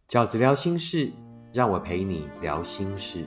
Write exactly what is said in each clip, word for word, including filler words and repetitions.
饺子聊心事，让我陪你聊心事。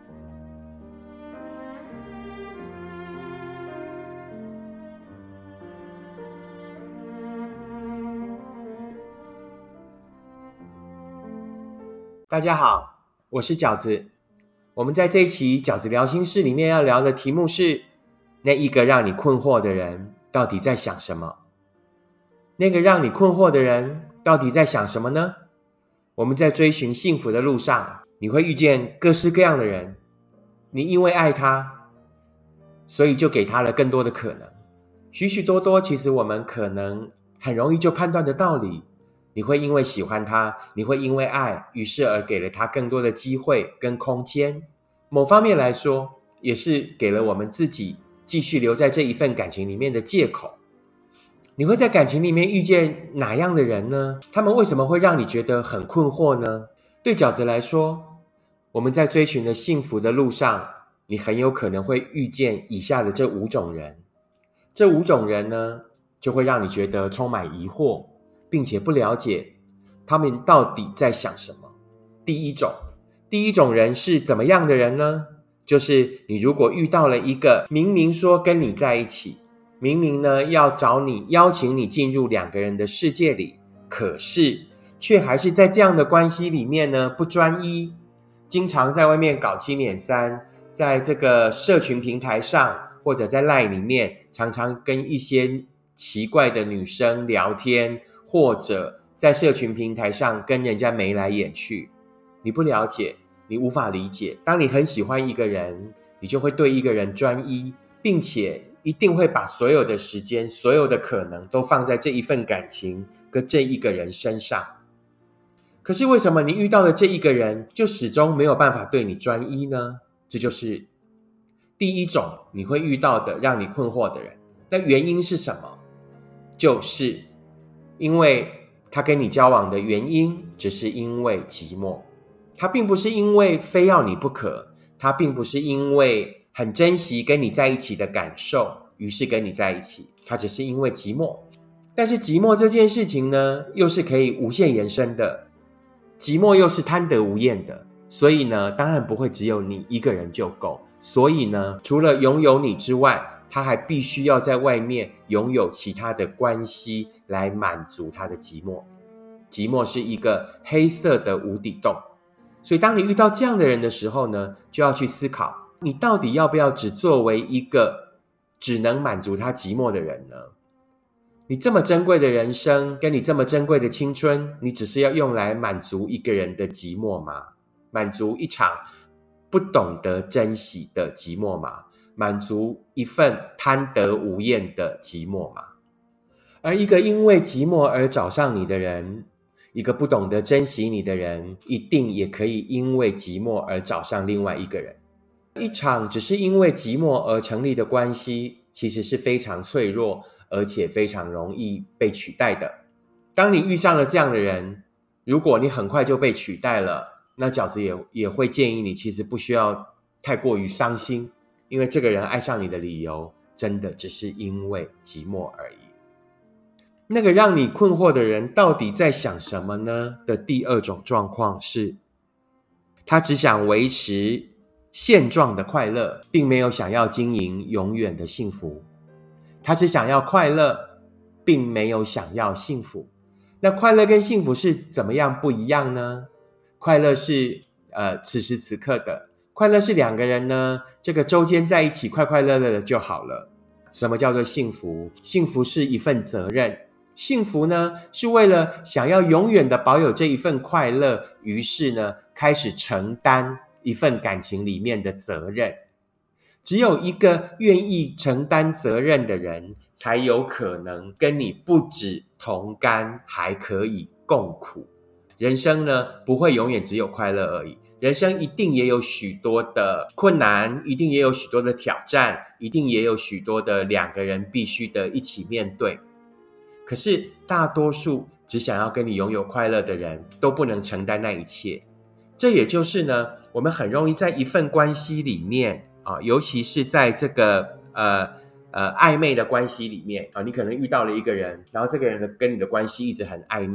大家好，我是饺子。我们在这一期饺子聊心事里面要聊的题目是，那一个让你困惑的人到底在想什么？那个让你困惑的人到底在想什么呢？我们在追寻幸福的路上，你会遇见各式各样的人，你因为爱他，所以就给他了更多的可能。许许多多其实我们可能很容易就判断的道理，你会因为喜欢他，你会因为爱，于是而给了他更多的机会跟空间。某方面来说，也是给了我们自己继续留在这一份感情里面的借口。你会在感情里面遇见哪样的人呢？他们为什么会让你觉得很困惑呢？对饺子来说，我们在追寻的幸福的路上，你很有可能会遇见以下的这五种人。这五种人呢，就会让你觉得充满疑惑，并且不了解他们到底在想什么。第一种，第一种人是怎么样的人呢？就是你如果遇到了一个明明说跟你在一起，明明呢要找你邀请你进入两个人的世界里，可是却还是在这样的关系里面呢不专一，经常在外面搞七捻三，在这个社群平台上或者在 LINE 里面常常跟一些奇怪的女生聊天，或者在社群平台上跟人家眉来眼去。你不了解，你无法理解，当你很喜欢一个人，你就会对一个人专一，并且一定会把所有的时间，所有的可能都放在这一份感情跟这一个人身上。可是为什么你遇到的这一个人就始终没有办法对你专一呢？这就是第一种你会遇到的让你困惑的人。那原因是什么？就是因为他跟你交往的原因只是因为寂寞，他并不是因为非要你不可，他并不是因为很珍惜跟你在一起的感受于是跟你在一起，他只是因为寂寞。但是寂寞这件事情呢，又是可以无限延伸的，寂寞又是贪得无厌的，所以呢，当然不会只有你一个人就够。所以呢，除了拥有你之外，他还必须要在外面拥有其他的关系来满足他的寂寞。寂寞是一个黑色的无底洞，所以当你遇到这样的人的时候呢，就要去思考，你到底要不要只作为一个只能满足他寂寞的人呢？你这么珍贵的人生，跟你这么珍贵的青春，你只是要用来满足一个人的寂寞吗？满足一场不懂得珍惜的寂寞吗？满足一份贪得无厌的寂寞吗？而一个因为寂寞而找上你的人，一个不懂得珍惜你的人，一定也可以因为寂寞而找上另外一个人。一场只是因为寂寞而成立的关系，其实是非常脆弱，而且非常容易被取代的。当你遇上了这样的人，如果你很快就被取代了，那饺子 也, 也会建议你其实不需要太过于伤心，因为这个人爱上你的理由真的只是因为寂寞而已。那个让你困惑的人到底在想什么呢？的第二种状况是，他只想维持现状的快乐，并没有想要经营永远的幸福。他只想要快乐，并没有想要幸福。那快乐跟幸福是怎么样不一样呢？快乐是呃此时此刻的，快乐是两个人呢这个周间在一起快快乐乐的就好了。什么叫做幸福？幸福是一份责任，幸福呢是为了想要永远的保有这一份快乐，于是呢开始承担一份感情里面的责任。只有一个愿意承担责任的人，才有可能跟你不止同甘，还可以共苦。人生呢，不会永远只有快乐而已，人生一定也有许多的困难，一定也有许多的挑战，一定也有许多的两个人必须的一起面对。可是大多数只想要跟你拥有快乐的人，都不能承担那一切。这也就是呢，我们很容易在一份关系里面啊，尤其是在这个呃呃暧昧的关系里面啊，你可能遇到了一个人，然后这个人的跟你的关系一直很暧昧，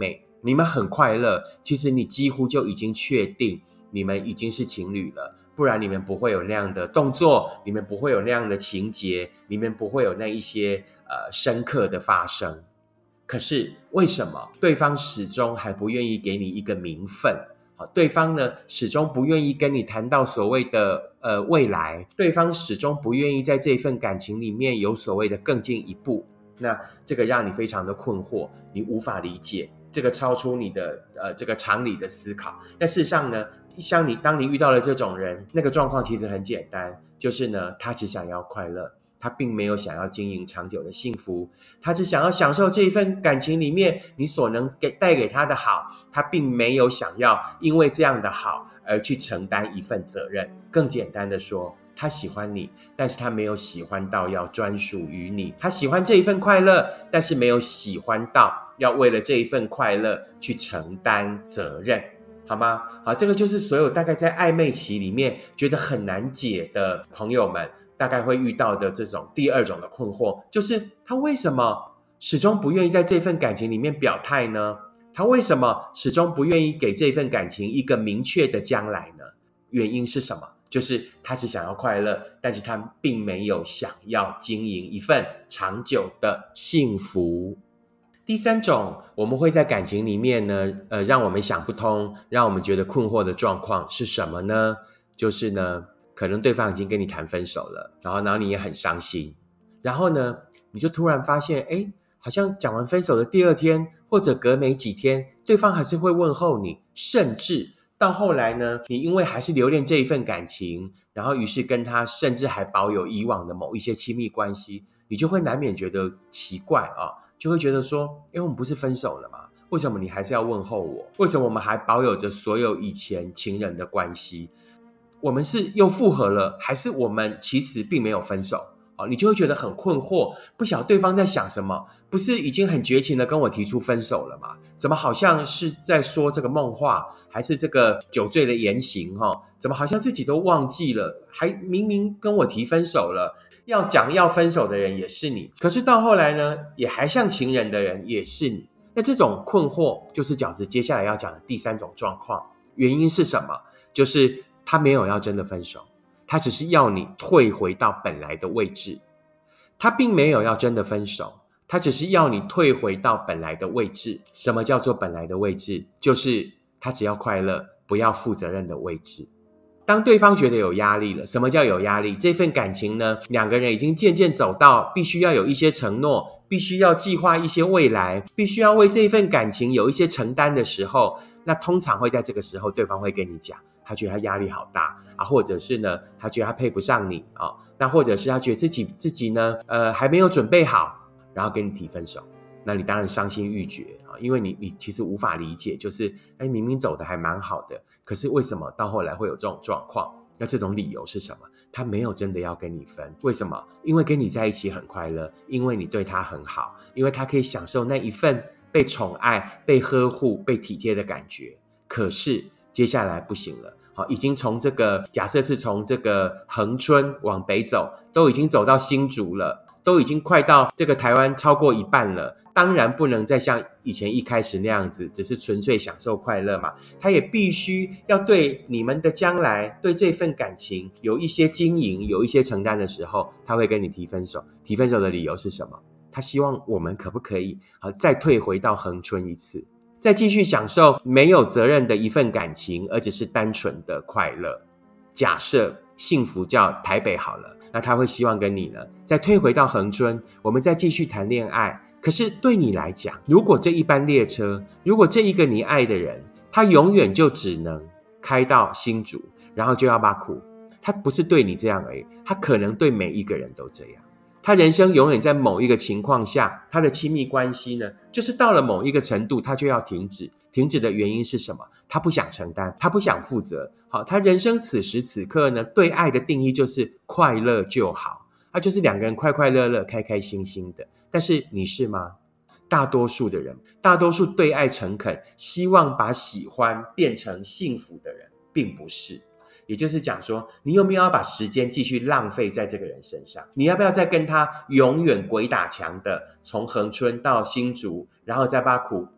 你们很快乐，其实你几乎就已经确定你们已经是情侣了，不然你们不会有那样的动作，你们不会有那样的情节，你们不会有那一些呃深刻的发生。可是为什么对方始终还不愿意给你一个名分？对方呢始终不愿意跟你谈到所谓的呃未来，对方始终不愿意在这份感情里面有所谓的更进一步。那这个让你非常的困惑，你无法理解，这个超出你的呃这个常理的思考。那事实上呢，像你当你遇到了这种人，那个状况其实很简单，就是呢他只想要快乐，他并没有想要经营长久的幸福，他只想要享受这一份感情里面你所能给带给他的好，他并没有想要因为这样的好而去承担一份责任。更简单的说，他喜欢你，但是他没有喜欢到要专属于你，他喜欢这一份快乐，但是没有喜欢到要为了这一份快乐去承担责任，好吗？好，这个就是所有大概在暧昧期里面觉得很难解的朋友们大概会遇到的这种第二种的困惑，就是他为什么始终不愿意在这份感情里面表态呢？他为什么始终不愿意给这份感情一个明确的将来呢？原因是什么？就是他只想要快乐，但是他并没有想要经营一份长久的幸福。第三种我们会在感情里面呢呃，让我们想不通，让我们觉得困惑的状况是什么呢？就是呢可能对方已经跟你谈分手了，然后然后你也很伤心，然后呢你就突然发现，诶，好像讲完分手的第二天或者隔没几天，对方还是会问候你，甚至到后来呢你因为还是留恋这一份感情，然后于是跟他甚至还保有以往的某一些亲密关系，你就会难免觉得奇怪啊，就会觉得说，诶，我们不是分手了吗？为什么你还是要问候我？为什么我们还保有着所有以前情人的关系？我们是又复合了，还是我们其实并没有分手？你就会觉得很困惑，不晓得对方在想什么，不是已经很绝情的跟我提出分手了吗？怎么好像是在说这个梦话，还是这个酒醉的言行？怎么好像自己都忘记了，还明明跟我提分手了，要讲要分手的人也是你，可是到后来呢也还像情人的人也是你。那这种困惑就是饺子接下来要讲的第三种状况。原因是什么？就是他没有要真的分手，他只是要你退回到本来的位置。他并没有要真的分手，他只是要你退回到本来的位置。什么叫做本来的位置？就是他只要快乐，不要负责任的位置。当对方觉得有压力了，什么叫有压力？这份感情呢，两个人已经渐渐走到必须要有一些承诺，必须要计划一些未来，必须要为这一份感情有一些承担的时候，那通常会在这个时候对方会跟你讲，他觉得他压力好大啊，或者是呢他觉得他配不上你啊，那或者是他觉得自己自己呢呃还没有准备好，然后跟你提分手。那你当然伤心欲绝啊，因为你你其实无法理解，就是哎明明走的还蛮好的，可是为什么到后来会有这种状况？那这种理由是什么？他没有真的要跟你分，为什么？因为跟你在一起很快乐，因为你对他很好，因为他可以享受那一份被宠爱、被呵护、被体贴的感觉。可是接下来不行了，好，已经从这个假设是从这个恒春往北走，都已经走到新竹了，都已经快到这个台湾超过一半了。当然不能再像以前一开始那样子只是纯粹享受快乐嘛，他也必须要对你们的将来，对这份感情有一些经营，有一些承担的时候，他会跟你提分手。提分手的理由是什么？他希望我们可不可以好再退回到恒春一次，再继续享受没有责任的一份感情，而只是单纯的快乐。假设幸福叫台北好了，那他会希望跟你呢再退回到恒春，我们再继续谈恋爱。可是对你来讲，如果这一班列车，如果这一个你爱的人，他永远就只能开到新竹，然后就要把苦，他不是对你这样而已，他可能对每一个人都这样。他人生永远在某一个情况下，他的亲密关系呢，就是到了某一个程度，他就要停止。停止的原因是什么？他不想承担，他不想负责。好，他人生此时此刻呢，对爱的定义就是快乐就好，他就是两个人快快乐乐、开开心心的。但是你是吗？大多数的人，大多数对爱诚恳，希望把喜欢变成幸福的人，并不是。也就是讲说，你有没有要把时间继续浪费在这个人身上？你要不要再跟他永远鬼打墙的从恒春到新竹，然后再把苦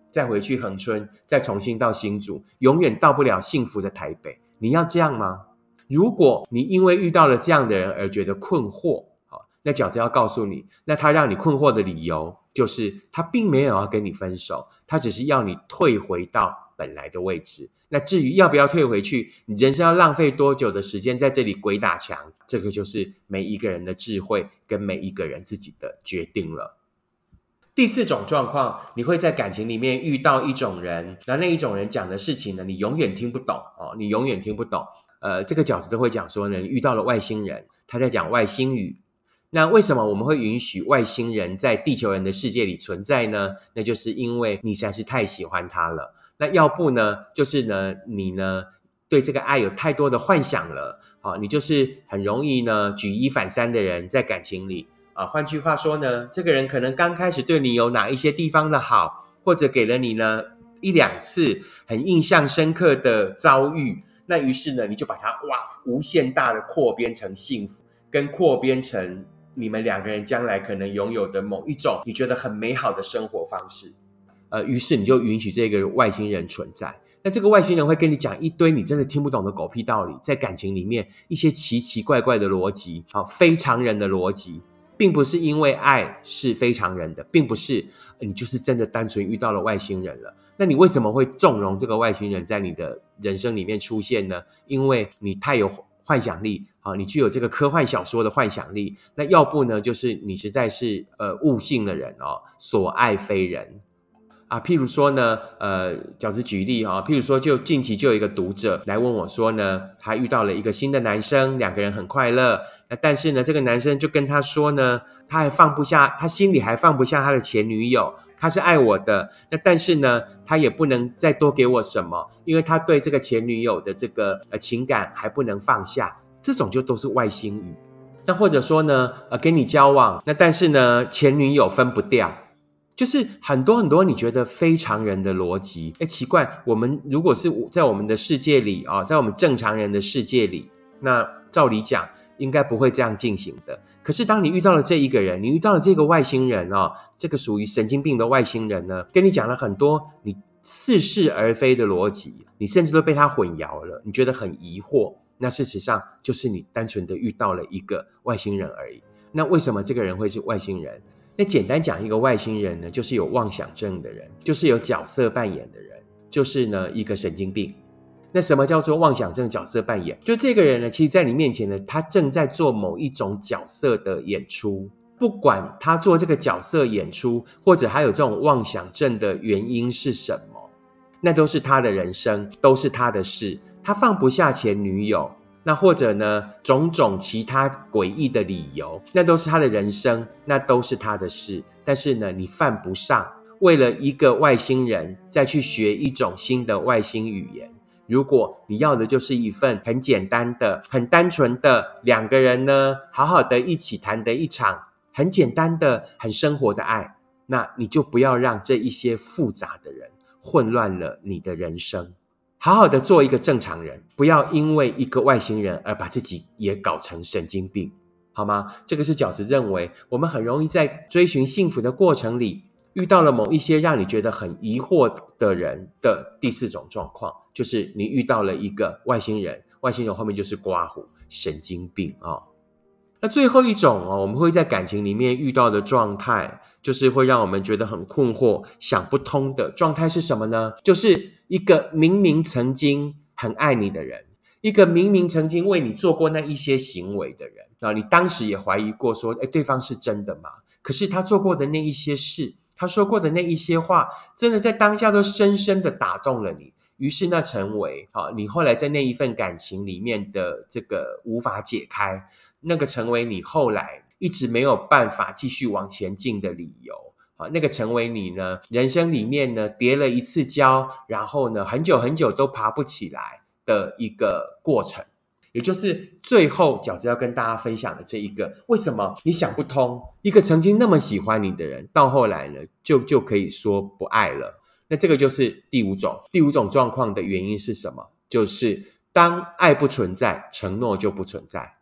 再回去恒春，再重新到新竹，永远到不了幸福的台北。你要这样吗？如果你因为遇到了这样的人而觉得困惑，那饺子要告诉你，那他让你困惑的理由就是他并没有要跟你分手，他只是要你退回到本来的位置。那至于要不要退回去，你人生要浪费多久的时间在这里鬼打墙，这个就是每一个人的智慧跟每一个人自己的决定了。第四种状况，你会在感情里面遇到一种人，那那一种人讲的事情呢，你永远听不懂哦，你永远听不懂。呃，这个饺子都会讲说呢，遇到了外星人，他在讲外星语。那为什么我们会允许外星人在地球人的世界里存在呢？那就是因为你实在是太喜欢他了。那要不呢，就是呢，你呢对这个爱有太多的幻想了，好，你就是很容易呢举一反三的人在感情里啊。换句话说呢，这个人可能刚开始对你有哪一些地方的好，或者给了你呢一两次很印象深刻的遭遇，那于是呢，你就把它哇无限大的扩编成幸福，跟扩编成你们两个人将来可能拥有的某一种你觉得很美好的生活方式。呃，于是你就允许这个外星人存在。那这个外星人会跟你讲一堆你真的听不懂的狗屁道理，在感情里面一些奇奇怪怪的逻辑，好，非常人的逻辑，并不是因为爱是非常人的，并不是你就是真的单纯遇到了外星人了。那你为什么会纵容这个外星人在你的人生里面出现呢？因为你太有幻想力，好，你具有这个科幻小说的幻想力。那要不呢，就是你实在是呃悟性的人哦，所爱非人啊。譬如说呢，呃，饺子举例啊，譬如说就近期就有一个读者来问我说呢，他遇到了一个新的男生，两个人很快乐。那但是呢，这个男生就跟他说呢，他还放不下，他心里还放不下他的前女友。他是爱我的，那但是呢，他也不能再多给我什么，因为他对这个前女友的这个呃情感还不能放下，这种就都是外星语。那或者说呢，呃，跟你交往，那但是呢，前女友分不掉，就是很多很多你觉得非常人的逻辑。哎，奇怪，我们如果是在我们的世界里啊、哦，在我们正常人的世界里，那照理讲应该不会这样进行的。可是当你遇到了这一个人，你遇到了这个外星人哦，这个属于神经病的外星人呢，跟你讲了很多你似是而非的逻辑，你甚至都被他混淆了，你觉得很疑惑。那事实上就是你单纯的遇到了一个外星人而已。那为什么这个人会是外星人？那简单讲，一个外星人呢，就是有妄想症的人，就是有角色扮演的人，就是呢一个神经病。那什么叫做妄想症角色扮演？就这个人呢，其实在你面前呢，他正在做某一种角色的演出。不管他做这个角色演出，或者还有这种妄想症的原因是什么，那都是他的人生，都是他的事。他放不下前女友，那或者呢种种其他诡异的理由，那都是他的人生，那都是他的事。但是呢，你犯不上为了一个外星人再去学一种新的外星语言。如果你要的就是一份很简单的很单纯的两个人呢好好的一起谈的一场很简单的很生活的爱，那你就不要让这一些复杂的人混乱了你的人生。好好的做一个正常人，不要因为一个外星人而把自己也搞成神经病，好吗？这个是饺子认为我们很容易在追寻幸福的过程里遇到了某一些让你觉得很疑惑的人的第四种状况，就是你遇到了一个外星人，外星人后面就是刮胡神经病啊、哦。那最后一种哦，我们会在感情里面遇到的状态，就是会让我们觉得很困惑、想不通的状态是什么呢？就是一个明明曾经很爱你的人，一个明明曾经为你做过那一些行为的人，然后你当时也怀疑过说，哎，对方是真的吗？可是他做过的那一些事，他说过的那一些话，真的在当下都深深的打动了你。于是那成为、啊、你后来在那一份感情里面的这个无法解开，那个成为你后来一直没有办法继续往前进的理由、啊、那个成为你呢人生里面呢跌了一次跤，然后呢很久很久都爬不起来的一个过程。也就是最后饺子要跟大家分享的这一个，为什么你想不通一个曾经那么喜欢你的人，到后来呢就就可以说不爱了。那这个就是第五种第五种状况的原因是什么？就是当爱不存在，承诺就不存在。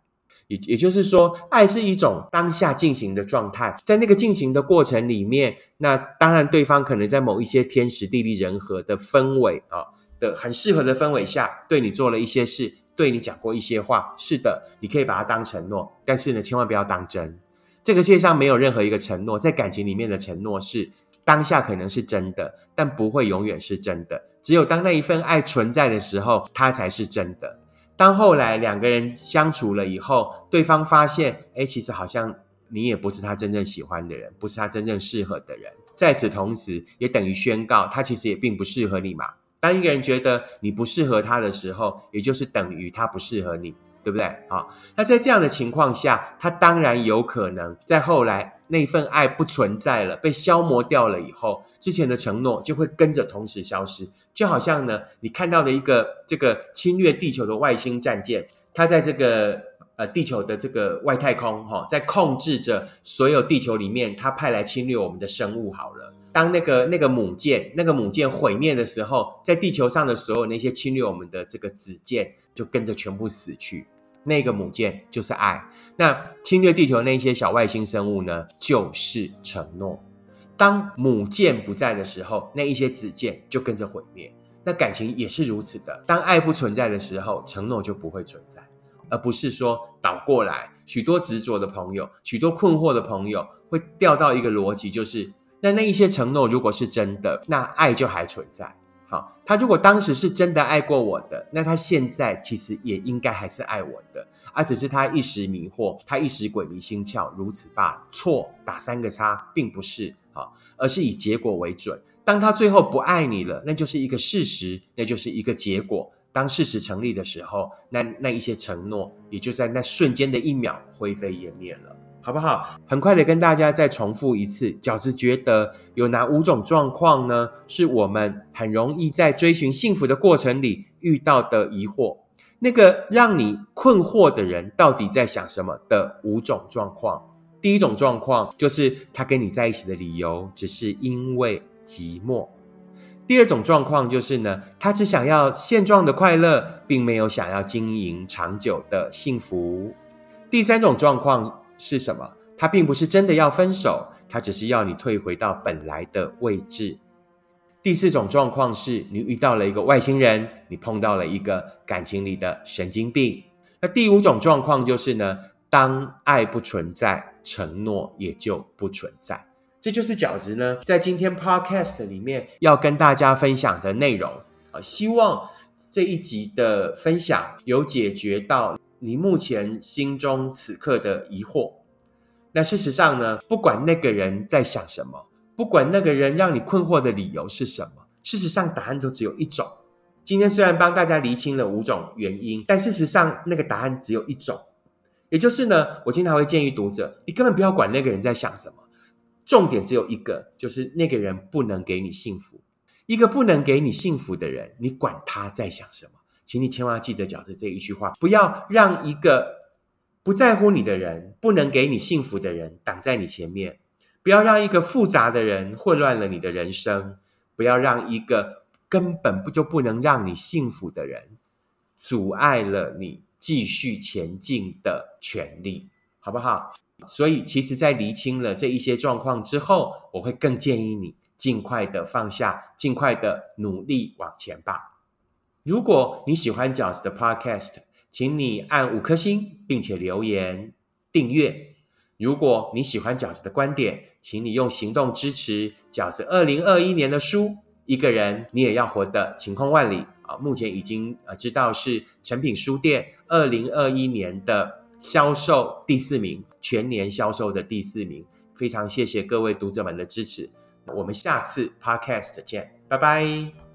也也就是说，爱是一种当下进行的状态，在那个进行的过程里面，那当然对方可能在某一些天时地利人和的氛围啊的很适合的氛围下，对你做了一些事，对你讲过一些话，是的，你可以把它当承诺，但是呢，千万不要当真。这个世界上没有任何一个承诺，在感情里面的承诺是当下可能是真的，但不会永远是真的。只有当那一份爱存在的时候，它才是真的。当后来两个人相处了以后，对方发现，诶，其实好像你也不是他真正喜欢的人，不是他真正适合的人。在此同时，也等于宣告他其实也并不适合你嘛。当一个人觉得你不适合他的时候，也就是等于他不适合你，对不对？好，那在这样的情况下，他当然有可能在后来那份爱不存在了，被消磨掉了以后，之前的承诺就会跟着同时消失。就好像呢，你看到的一个这个侵略地球的外星战舰，它在这个呃地球的这个外太空、哦、在控制着所有地球里面它派来侵略我们的生物好了。当那个那个母舰那个母舰毁灭的时候，在地球上的所有那些侵略我们的这个子舰就跟着全部死去。那个母舰就是爱，那侵略地球的那些小外星生物呢，就是承诺。当母舰不在的时候，那一些子舰就跟着毁灭。那感情也是如此的，当爱不存在的时候，承诺就不会存在，而不是说倒过来，许多执着的朋友，许多困惑的朋友会掉到一个逻辑，就是那那一些承诺如果是真的，那爱就还存在。好，他如果当时是真的爱过我的，那他现在其实也应该还是爱我的，而只是他一时迷惑，他一时鬼迷心窍，如此罢了。错，打三个叉，并不是，而是以结果为准。当他最后不爱你了，那就是一个事实，那就是一个结果。当事实成立的时候，那那一些承诺也就在那瞬间的一秒灰飞烟灭了，好不好？很快的跟大家再重复一次，饺子觉得有哪五种状况呢，是我们很容易在追寻幸福的过程里遇到的疑惑，那个让你困惑的人到底在想什么的五种状况。第一种状况就是他跟你在一起的理由只是因为寂寞。第二种状况就是呢，他只想要现状的快乐，并没有想要经营长久的幸福。第三种状况是什么？他并不是真的要分手，他只是要你退回到本来的位置。第四种状况是你遇到了一个外星人，你碰到了一个感情里的神经病。那第五种状况就是呢，当爱不存在，承诺也就不存在。这就是饺子呢在今天 podcast 里面要跟大家分享的内容。希望这一集的分享有解决到你目前心中此刻的疑惑。那事实上呢，不管那个人在想什么，不管那个人让你困惑的理由是什么，事实上答案都只有一种。今天虽然帮大家厘清了五种原因，但事实上那个答案只有一种。也就是呢，我经常会建议读者，你根本不要管那个人在想什么，重点只有一个，就是那个人不能给你幸福。一个不能给你幸福的人，你管他在想什么，请你千万记得饺子这一句话，不要让一个不在乎你的人，不能给你幸福的人挡在你前面，不要让一个复杂的人混乱了你的人生，不要让一个根本就不能让你幸福的人阻碍了你继续前进的权利，好不好？所以其实在厘清了这一些状况之后，我会更建议你尽快的放下，尽快的努力往前吧。如果你喜欢饺子的 podcast， 请你按五颗星并且留言订阅。如果你喜欢饺子的观点，请你用行动支持饺子二零二一年的书《一个人你也要活得晴空万里》啊，目前已经呃知道是诚品书店二零二一年的销售第四名，全年销售的第四名，非常谢谢各位读者们的支持。我们下次 podcast 见，拜拜。